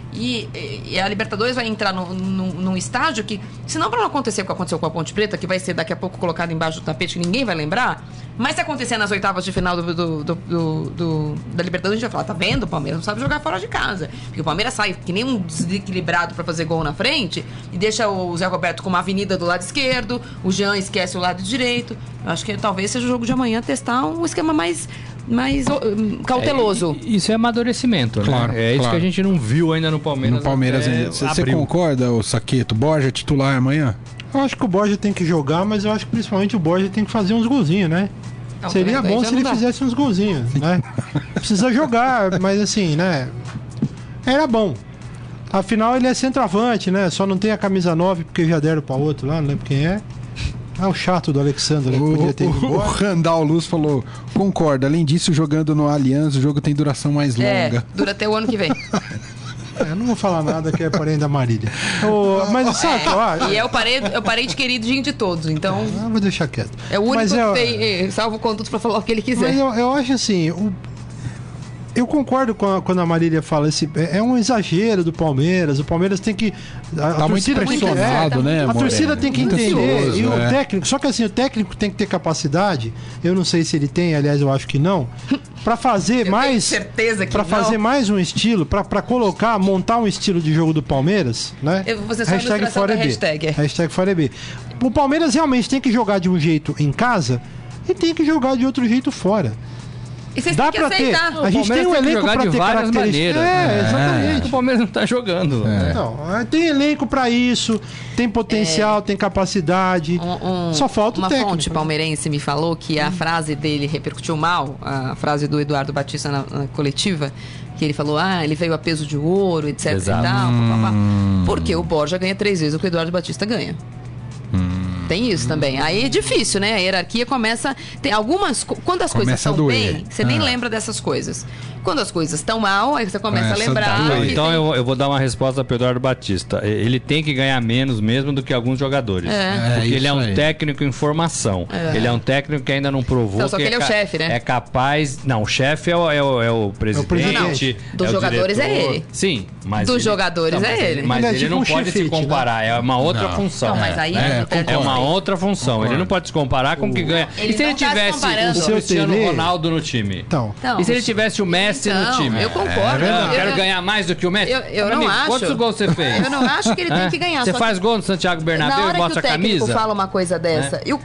E a Libertadores vai entrar num estágio que, se não para não acontecer o que aconteceu com a Ponte Preta, que vai ser daqui a pouco colocado embaixo do tapete, que ninguém vai lembrar, mas se acontecer nas oitavas de final da Libertadores, a gente vai falar, tá vendo? O Palmeiras não sabe jogar fora de casa. Porque o Palmeiras sai que nem um desequilibrado para fazer gol na frente e deixa o Zé Roberto com uma avenida do lado esquerdo, o Jean esquece o lado direito. Eu acho que talvez seja o jogo de amanhã testar um esquema mais cauteloso. Isso é amadurecimento, Claro, né? É isso claro. que a gente não viu ainda no Palmeiras. No Palmeiras, você concorda, o Saqueto? Borja titular amanhã? Eu acho que o Borja tem que jogar, mas eu acho que principalmente o Borja tem que fazer uns golzinhos, né? Não, Seria também bom já se não ele dá. fizesse uns golzinhos, né? Precisa jogar, mas assim, né? Era bom. Afinal, ele é centroavante, né? Só não tem a camisa 9 porque já deram pra outro lá, não lembro quem é. É o chato do Alexandre, né? Que podia ter ido O embora. Randall Luz falou, concorda, além disso, jogando no Allianz, o jogo tem duração mais longa. Dura até o ano que vem. Eu não vou falar nada que é parente da Marília. Mas sabe, E é o parente queridinho de todos, então vou deixar quieto. é o único Mas que tem salvo-conduto pra falar o que ele quiser. Mas eu acho assim, eu concordo quando a Marília fala é um exagero do Palmeiras. O Palmeiras tem que Tá muito pressionado, né, A torcida tem que Muito entender. ansioso, E o é. técnico, só que assim, o técnico tem que ter capacidade. Eu não sei se ele tem, aliás, eu acho que não. Pra fazer Eu mais, tenho certeza que para não. fazer mais um estilo, pra montar um estilo de jogo do Palmeiras, né? Eu vou ser só a ilustração da hashtag. Hashtag Fora EB. O Palmeiras realmente tem que jogar de um jeito em casa e tem que jogar de outro jeito fora. E vocês Dá têm que pra ter. aceitar. A gente tem um Palmeiras tem que elenco jogar pra de ter várias características. maneiras. Exatamente. O Palmeiras não tá jogando. Então, tem elenco pra isso, tem potencial, tem capacidade. Só falta o Uma técnico. fonte palmeirense me falou que a frase dele repercutiu mal, a frase do Eduardo Batista na coletiva, que ele falou, ele veio a peso de ouro, etc. Exato. E tal, porque o Borja ganha 3 vezes o que o Eduardo Batista ganha. Tem isso também. Aí é difícil, né? A hierarquia começa. Tem algumas. Quando as coisas Começa a estão doer. bem, você nem lembra dessas coisas. Quando as coisas estão mal, aí você começa a Começa a lembrar. doer. que Então tem- eu vou dar uma resposta para Eduardo Batista. Ele tem que ganhar menos mesmo do que alguns jogadores. Porque ele é isso um aí. técnico em formação. Ele é um técnico que ainda não provou Então, só que ele é o chefe, né? É capaz... Não, o chefe é o presidente. presidente. Não, dos é o jogadores é diretor. ele. Não, mas Dos jogadores é ele. Mas Ele é ele tipo não um pode se chefite, comparar. É uma outra Não. função. Não, mas aí É uma outra função. Ele não pode se comparar com o que ganha. Ele E se ele não tá se tivesse comparando. o Cristiano Tele- Ronaldo no time? Então, Então, E se ele tivesse o Messi no então, time? eu concordo. Eu quero ganhar mais do que o Messi. Eu Meu não amigo, acho. Quantos gols você fez? Eu não acho que ele tem que ganhar. Você só faz que gol no Santiago na Bernabéu e hora que mostra o a técnico camisa? fala uma coisa dessa, e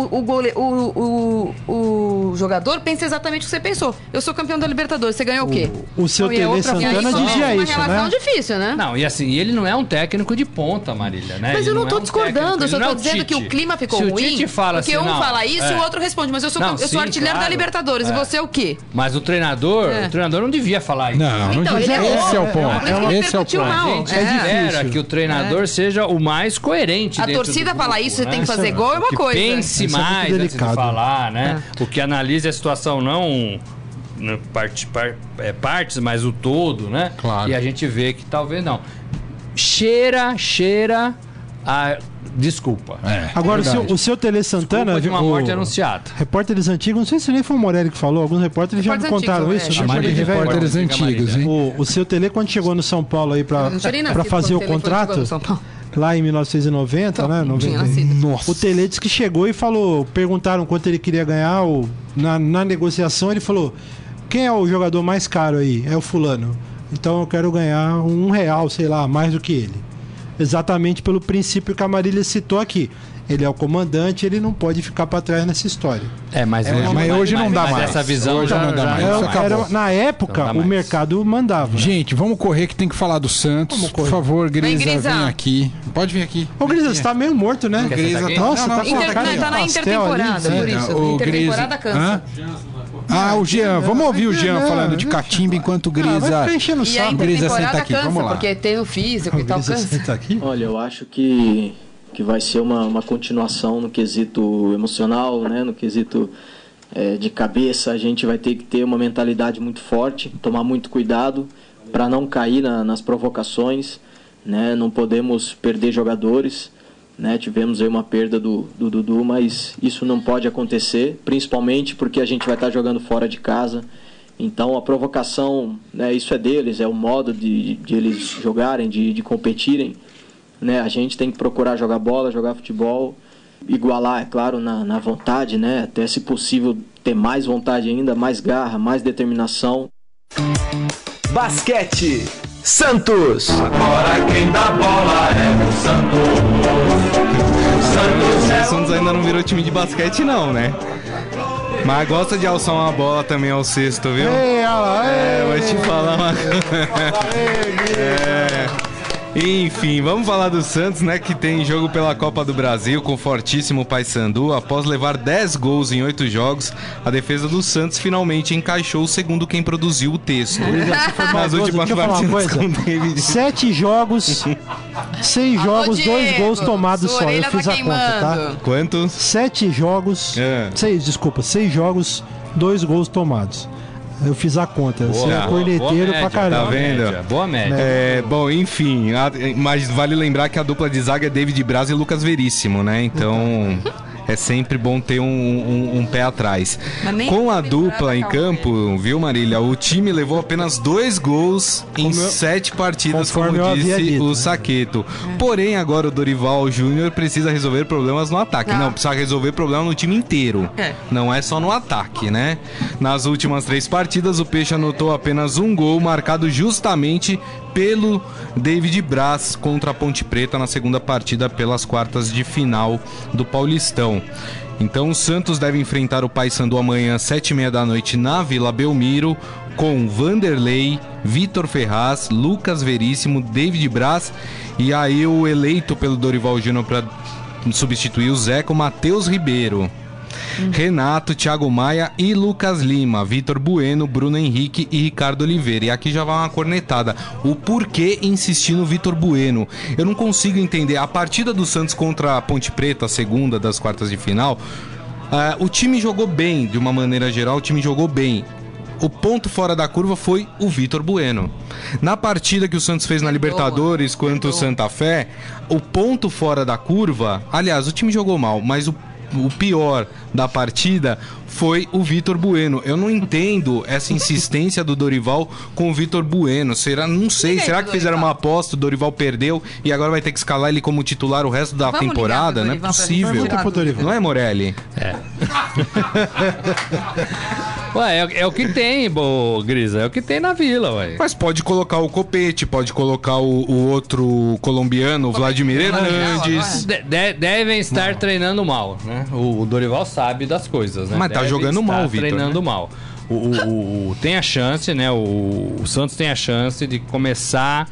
o jogador pensa exatamente o que você pensou. Eu sou campeão da Libertadores, você ganhou o quê? o seu Não, e é Tele outra- e aí Santana só dizia uma isso, relação né? difícil, né? Não, e assim, ele não é um técnico de ponta, Marília, né? Mas Ele eu não tô é um discordando, técnico, eu só ele não tô é o dizendo que Tite. o clima ficou Se ruim. o Tite fala porque assim, um não, fala isso e o outro responde, mas eu sou, Não, eu sou sim, artilheiro da claro. Libertadores, e você é o quê? Mas o treinador não devia falar isso. Não, não Então, diz- ele errou. esse é o Por ponto. isso que Esse é o repercutiu ponto. mal. A gente É. espera difícil. que o treinador seja o mais coerente A dentro torcida do fala grupo, isso, você né? tem que fazer gol é uma Que coisa. pense Isso é muito mais antes de delicado. falar, né? O que analise a situação não partes, mas o todo, né? Claro. E a gente vê que talvez não. Cheira a desculpa. Agora, verdade. o seu Tele Santana... Desculpa de uma o- morte anunciada. Repórteres antigos, não sei se nem foi o Morelli que falou, alguns repórteres já me Repórteres contaram antigos, isso. é. Chama Chamar de de velho. repórteres Fica antigos, Marília. hein? O seu Tele, quando chegou no São Paulo aí pra Não tinha nem nascido fazer o quando ele foi contrato, jogando no São Paulo. lá em 1990, né? Não tinha 90. nascido. Nossa. O Tele disse que chegou e falou, perguntaram quanto ele queria ganhar, na negociação ele falou, quem é o jogador mais caro aí? É o fulano. Então eu quero ganhar R$1, sei lá, mais do que ele. Exatamente pelo princípio que a Marília citou aqui. Ele é o comandante, ele não pode ficar para trás nessa história. Mas hoje não dá mais. Essa visão Hoje já não dá mais. Isso acabou. Na época, Não dá o mais. mercado mandava. Gente, vamos correr que tem que falar do Santos. Vamos Por correr. favor, Grisa, Grisa. vem aqui. Pode vir aqui. Ô, Grisa, você tá meio morto, né? Grisa aqui? tá... Nossa, Não, tá não, com Inter- cara de tá na pastel intertemporada, ali, por né? isso. O Intertemporada Grisa- cansa. O Jean, vamos ouvir o Jean falando de catimba enquanto o Vai Grisa... ficar enchendo o E a saco. Grisa, intertemporada senta aqui, cansa, vamos lá. porque tem o físico e tal, Grisa, cansa. senta aqui. Olha, eu acho que vai ser uma continuação no quesito emocional, né? No quesito de cabeça. A gente vai ter que ter uma mentalidade muito forte, tomar muito cuidado para não cair nas provocações, né? Não podemos perder jogadores, né? Tivemos aí uma perda do Dudu, mas isso não pode acontecer, principalmente porque a gente vai estar jogando fora de casa. Então a provocação, né, isso é deles, é o modo de eles jogarem, de competirem. Né, a gente tem que procurar jogar bola, jogar futebol, igualar, é claro, na vontade, né, até se possível ter mais vontade ainda, mais garra, mais determinação. Basquete. Santos. Agora quem dá bola é o Santos. O Santos O Santos ainda não virou time de basquete não, né? Mas gosta de alçar uma bola também ao cesto, viu? Ei, olha lá, vou te falar uma coisa. Enfim, vamos falar do Santos, né? Que tem jogo pela Copa do Brasil com o fortíssimo Paysandu. Após levar 10 gols em 8 jogos, a defesa do Santos finalmente encaixou segundo quem produziu o texto. Nas últimas partidas com o David. 7 jogos, 6 jogos, 2 gols tomados só. Eu fiz a conta, tá? Quantos? 7 jogos, 6 jogos, 2 gols tomados. Eu fiz a conta. Você é corneteiro pra caramba. Tá vendo? Boa média. Bom, enfim, mas vale lembrar que a dupla de zaga é David Braz e Lucas Veríssimo, né? Então é sempre bom ter um pé atrás. Com a dupla em campo, viu, Marília? O time levou apenas 2 gols em 7 partidas, como disse o Saqueto. Porém, agora o Dorival Júnior precisa resolver problemas no ataque. Não, precisa resolver problemas no time inteiro. Não é só no ataque, né? Nas últimas 3 partidas, o Peixe anotou apenas 1 gol, marcado justamente pelo David Braz contra a Ponte Preta na segunda partida pelas quartas de final do Paulistão. Então o Santos deve enfrentar o Paysandu amanhã às 7h30 da noite na Vila Belmiro, com Vanderlei, Vitor Ferraz, Lucas Veríssimo, David Braz e aí o eleito pelo Dorival Júnior para substituir o Zeca, o Matheus Ribeiro. Renato, Thiago Maia e Lucas Lima, Vitor Bueno, Bruno Henrique e Ricardo Oliveira. E aqui já vai uma cornetada. O porquê insistir no Vitor Bueno? Eu não consigo entender. A partida do Santos contra a Ponte Preta, a segunda das quartas de final, o time jogou bem, de uma maneira geral, o time jogou bem. O ponto fora da curva foi o Vitor Bueno. Na partida que o Santos fez na Libertadores contra o Santa Fé, o ponto fora da curva, aliás, o time jogou mal, mas o pior da partida foi o Vitor Bueno. Eu não entendo essa insistência do Dorival com o Vitor Bueno. Não sei, será que fizeram uma aposta, o Dorival perdeu e agora vai ter que escalar ele como titular o resto da temporada? Não é possível. Não é, Morelli? Ué, é o que tem, Grisa, é o que tem na Vila, ué. Mas pode colocar o Copete, pode colocar o outro colombiano, o Vladimir Hernandes. Devem estar treinando mal, né? O Dorival sabe das coisas, né? Mas tá jogando mal, Vitor. Treinando mal. Tem a chance, né? O Santos tem a chance de começar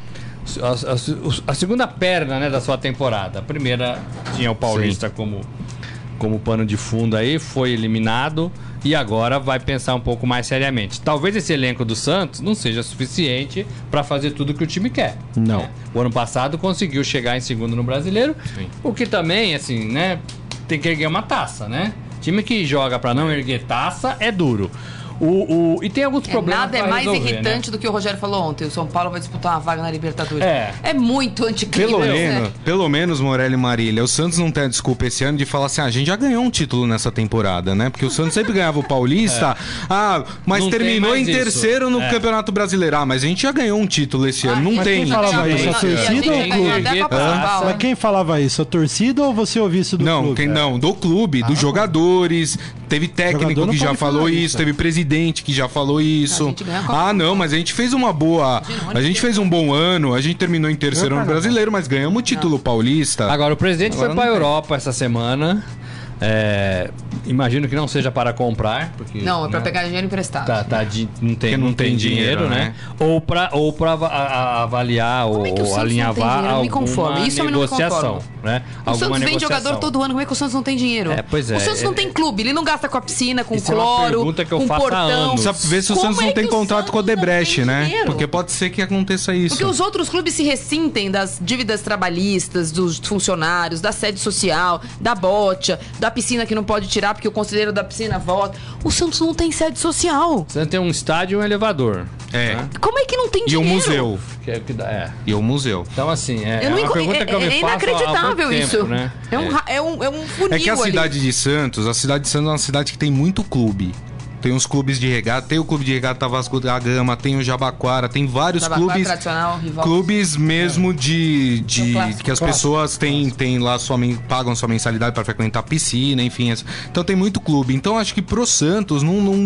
a segunda perna, né, da sua temporada. A primeira tinha o Paulista como pano de fundo aí, foi eliminado. E agora vai pensar um pouco mais seriamente. Talvez esse elenco do Santos não seja suficiente para fazer tudo que o time quer. Não. Né? O ano passado conseguiu chegar em segundo no Brasileiro. Sim. O que também, assim, né? Tem que erguer uma taça, né? Time que joga para não erguer taça é duro. E tem alguns problemas. Nada é mais irritante, né, do que o Rogério falou ontem. O São Paulo vai disputar uma vaga na Libertadores. É muito anticlímax. Pelo menos, Morelli e Marília, o Santos não tem a desculpa esse ano de falar assim: a gente já ganhou um título nessa temporada, né? Porque o Santos sempre ganhava o Paulista. Mas não terminou em terceiro no Campeonato Brasileiro. Mas a gente já ganhou um título esse ano. Não tem. Quem falava isso? A torcida ou o clube? Mas quem falava isso? A torcida ou você ouviu isso do clube? Não, do clube, dos jogadores. Teve técnico que já falou isso, teve presidente que já falou isso. Mas a gente fez uma boa. A gente fez um bom ano, a gente terminou em terceiro no Brasileiro, mas ganhamos o título paulista. Agora, o presidente foi pra Europa essa semana. Imagino que não seja para comprar, porque não, é para pegar dinheiro emprestado. Não tem dinheiro, né? Ou para avaliar ou alinhavar alguma negociação, né? O Santos vende jogador todo ano, como é que o Santos não tem dinheiro? O Santos não tem clube, ele não gasta com a piscina, com cloro, com portão. Precisa ver se o Santos não tem contrato com a Odebrecht, né? Porque pode ser que aconteça isso. Porque os outros clubes se ressentem das dívidas trabalhistas, dos funcionários, da sede social, da bocha, da piscina que não pode tirar porque o conselheiro da piscina vota. O Santos não tem sede social. O Santos tem um estádio e um elevador. Né? Como é que não tem dinheiro? E um museu. E o museu. Então, assim, uma pergunta que eu me faço inacreditável isso. Tempo, né? É um funil. É que a cidade de Santos é uma cidade que tem muito clube. Tem uns clubes de regata, tem o clube de regata Vasco da Gama, tem o Jabaquara, tem vários Jabaquara clubes, clubes mesmo de que as pessoas têm lá pagam sua mensalidade para frequentar piscina, enfim. Então tem muito clube. Então acho que pro Santos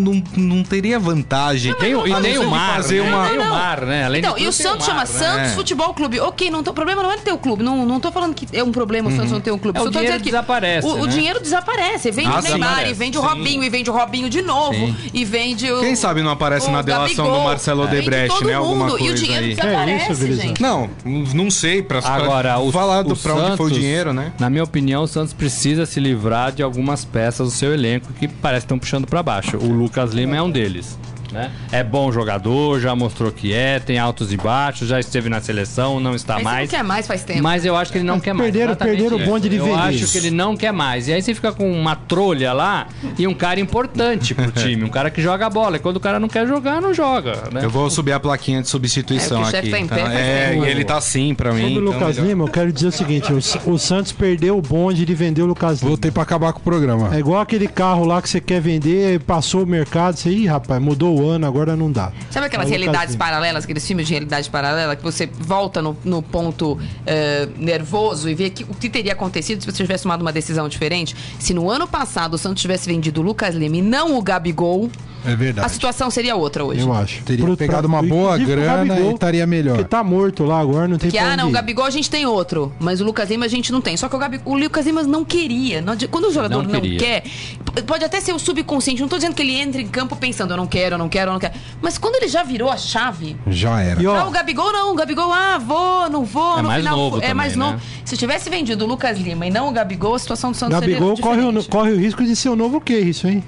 não teria vantagem. Tem o mar, fazer uma... Tem o mar, né? Além então, de tudo, e o Santos chama Santos Futebol Clube. Ok, o problema não é ter o clube. Não tô falando que é um problema o Santos não ter um clube. O dinheiro desaparece. O dinheiro desaparece. Vende o Neymar, e vende o Robinho, e vende o Robinho de novo. E vende o... Quem sabe não aparece na delação do Marcelo Odebrecht, né? Alguma coisa e o dinheiro aí. desaparece, gente. Não sei. Agora, falar pra Santos, onde foi o dinheiro, né? Na minha opinião, o Santos precisa se livrar de algumas peças do seu elenco que parece que estão puxando pra baixo. O Lucas Lima é um deles. Né? É bom jogador, já mostrou que tem altos e baixos, já esteve na seleção, não está mais. Ele não quer mais faz tempo. Mas eu acho que ele não quer mais. Perderam o bonde de Eu vender. acho que ele não quer mais. E aí você fica com uma trolha lá e um cara importante pro time, um cara que joga a bola. E quando o cara não quer jogar, não joga. Né? Eu vou subir a plaquinha de substituição aqui. Tá em pé, e ele tá assim pra mim. Sobre o Lucas Lima, eu quero dizer o seguinte: o Santos perdeu o bonde de vender o Lucas Lima. Voltei pra acabar com o programa. É igual aquele carro lá que você quer vender, passou o mercado, você, rapaz, mudou o ano, agora não dá. Sabe aquelas realidades paralelas, aqueles filmes de realidade paralela, que você volta no ponto nervoso e vê o que teria acontecido se você tivesse tomado uma decisão diferente? Se no ano passado o Santos tivesse vendido o Lucas Lima e não o Gabigol, é verdade. A situação seria outra hoje. Eu acho. Teria pegado uma boa grana e estaria melhor. Porque tá morto lá agora, não tem problema. O Gabigol a gente tem outro, mas o Lucas Lima a gente não tem. Só que o Lucas Lima não queria. Quando o jogador não quer, pode até ser o subconsciente. Não tô dizendo que ele entra em campo pensando, eu não quero. Mas quando ele já virou a chave... Já era. O Gabigol não. O Gabigol, não vou. É no mais final, novo também, mais né? novo. Se tivesse vendido o Lucas Lima e não o Gabigol, a situação do Santos Gabigol seria diferente. corre o risco de ser o novo que isso, hein?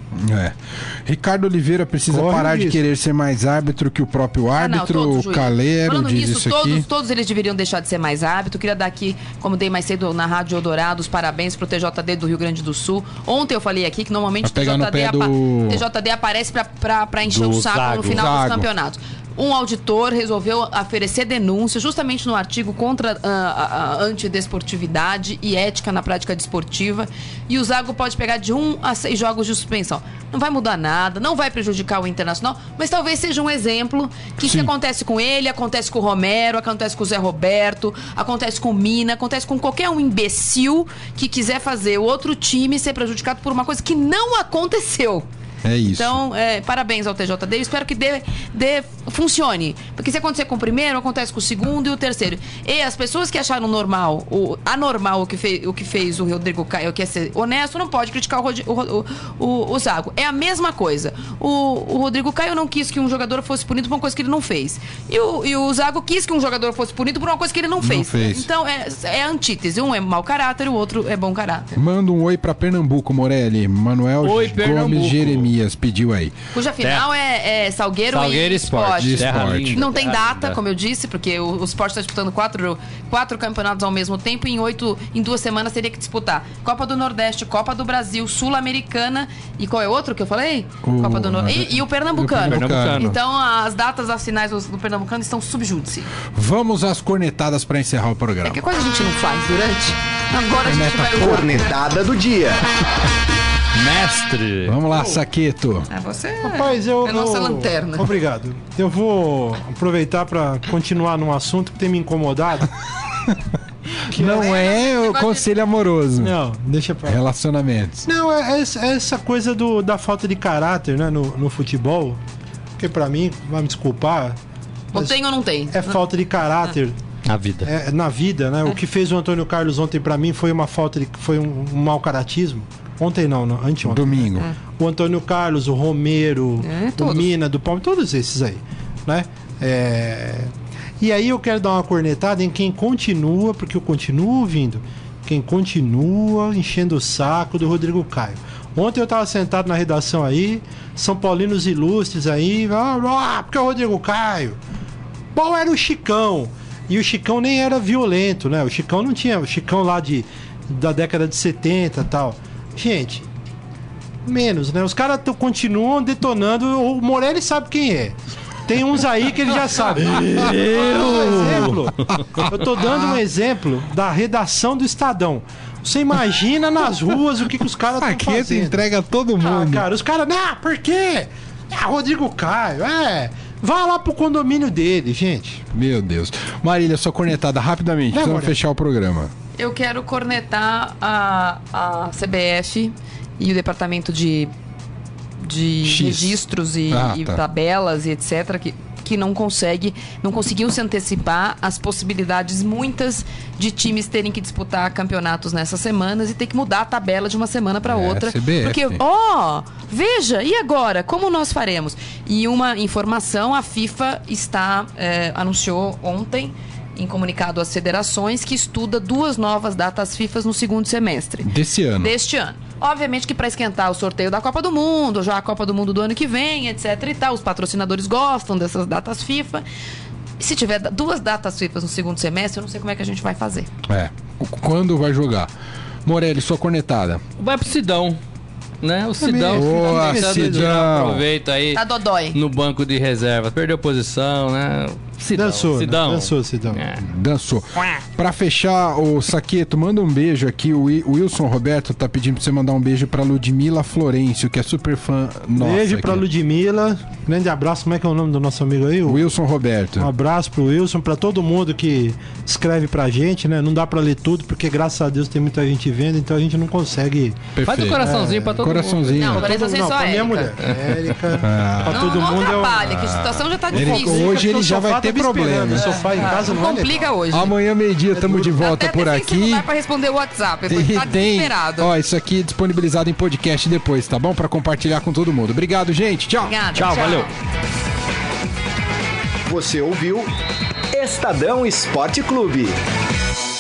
Ricardo Oliveira precisa parar de querer ser mais árbitro que o próprio árbitro. O Calero diz isso aqui. Todos eles deveriam deixar de ser mais árbitro. Queria dar aqui, como dei mais cedo na Rádio Eldorado, os parabéns pro TJD do Rio Grande do Sul. Ontem eu falei aqui que normalmente o TJD aparece pra encher o saco no final dos campeonatos. Um auditor resolveu oferecer denúncia justamente no artigo contra a antidesportividade e ética na prática desportiva. E o Zago pode pegar de 1 a 6 jogos de suspensão. Não vai mudar nada, não vai prejudicar o Internacional, mas talvez seja um exemplo que se acontece com ele, acontece com o Romero, acontece com o Zé Roberto, acontece com o Mina, acontece com qualquer um imbecil que quiser fazer o outro time ser prejudicado por uma coisa que não aconteceu. É isso. Então, parabéns ao TJD. Eu espero que funcione. Porque se acontecer com o primeiro, acontece com o segundo e o terceiro. E as pessoas que acharam anormal o que fez o Rodrigo Caio, que é ser honesto, não pode criticar o Zago. É a mesma coisa. O Rodrigo Caio não quis que um jogador fosse punido por uma coisa que ele não fez. E o Zago quis que um jogador fosse punido por uma coisa que ele não fez. Então, é antítese. Um é mau caráter, o outro é bom caráter. Manda um oi pra Pernambuco, Morelli. Manuel Gomes Jeremias pediu aí. Cuja final é Salgueiro e Sport. Não tem data, como eu disse, porque o Sport está disputando quatro campeonatos ao mesmo tempo e em 2 semanas teria que disputar Copa do Nordeste, Copa do Brasil, Sul-Americana e qual é outro que eu falei? Copa do Nordeste e o Pernambucano. Então as datas das finais do Pernambucano estão sub júdice. Vamos às cornetadas para encerrar o programa. É que quase a gente não faz durante. Agora a gente vai usar. Cornetada do dia. Mestre. Vamos lá, Saqueto. Você Rapaz, é nossa lanterna. Obrigado. Eu vou aproveitar para continuar num assunto que tem me incomodado. Que não é o conselho amoroso. Não, deixa pra... Relacionamentos. Não, é essa coisa da falta de caráter, né, no futebol. Porque pra mim, vai me desculpar... Ou tem ou não tem? É falta de caráter... Na vida. Na vida, né? O que fez o Antônio Carlos ontem pra mim foi um mau caratismo. Ontem não, anteontem. Domingo. O Antônio Carlos, o Romero, o Mina, do Palmeiras, todos esses aí, né? E aí eu quero dar uma cornetada em quem continua, porque eu continuo ouvindo, quem continua enchendo o saco do Rodrigo Caio. Ontem eu tava sentado na redação aí, São Paulinos ilustres aí, porque é o Rodrigo Caio. Bom, era o Chicão. E o Chicão nem era violento, né? O Chicão não tinha... O Chicão lá da década de 70 e tal. Gente, menos, né? Os caras continuam detonando. O Morelli sabe quem é. Tem uns aí que ele já sabe. Eu tô dando um exemplo da redação do Estadão. Você imagina nas ruas o que os caras estão fazendo. Paqueta entrega todo mundo. Cara, os caras, por quê? Rodrigo Caio, vá lá pro condomínio dele, gente. Meu Deus. Marília, sua cornetada rapidamente, precisamos fechar o programa. Eu quero cornetar a CBF e o departamento de registros e tabelas e etc., que não conseguiu se antecipar às possibilidades muitas de times terem que disputar campeonatos nessas semanas e ter que mudar a tabela de uma semana para outra. CBF. Porque, veja, e agora? Como nós faremos? E uma informação, a FIFA anunciou ontem, em comunicado às federações, que estuda 2 novas datas FIFA no segundo semestre. Deste ano. Obviamente que para esquentar o sorteio da Copa do Mundo, já a Copa do Mundo do ano que vem, etc e tal, os patrocinadores gostam dessas datas FIFA. E se tiver 2 datas FIFA no segundo semestre, eu não sei como é que a gente vai fazer. Quando vai jogar? Morelli, sua cornetada. Vai pro Sidão. Né? O Sidão. Boa, Sidão. Aproveita aí. Tá dodói. No banco de reserva. Perdeu posição, né? Dançou. Dançou. Pra fechar, o Saqueto, manda um beijo aqui. O Wilson Roberto tá pedindo pra você mandar um beijo pra Ludmila Florencio, que é super fã nossa. Beijo pra Ludmila. Grande abraço. Como é que é o nome do nosso amigo aí? Wilson Roberto. Um abraço pro Wilson, pra todo mundo que escreve pra gente, né? Não dá pra ler tudo, porque graças a Deus tem muita gente vendo, então a gente não consegue. Perfeito. Faz um coraçãozinho pra todo mundo. Não, coraçãozinho só pra minha mulher. Érica. Pra todo mundo atrapalha, que a situação já tá difícil. Hoje ele já vai ter problema. O sofá em casa não complica hoje. Amanhã, meio-dia, estamos de volta por aqui. Não dá pra responder o WhatsApp, E tá desesperado. Isso aqui disponibilizado em podcast depois, tá bom? Pra compartilhar com todo mundo. Obrigado, gente. Tchau. Obrigada, tchau, valeu. Você ouviu Estadão Esporte Clube.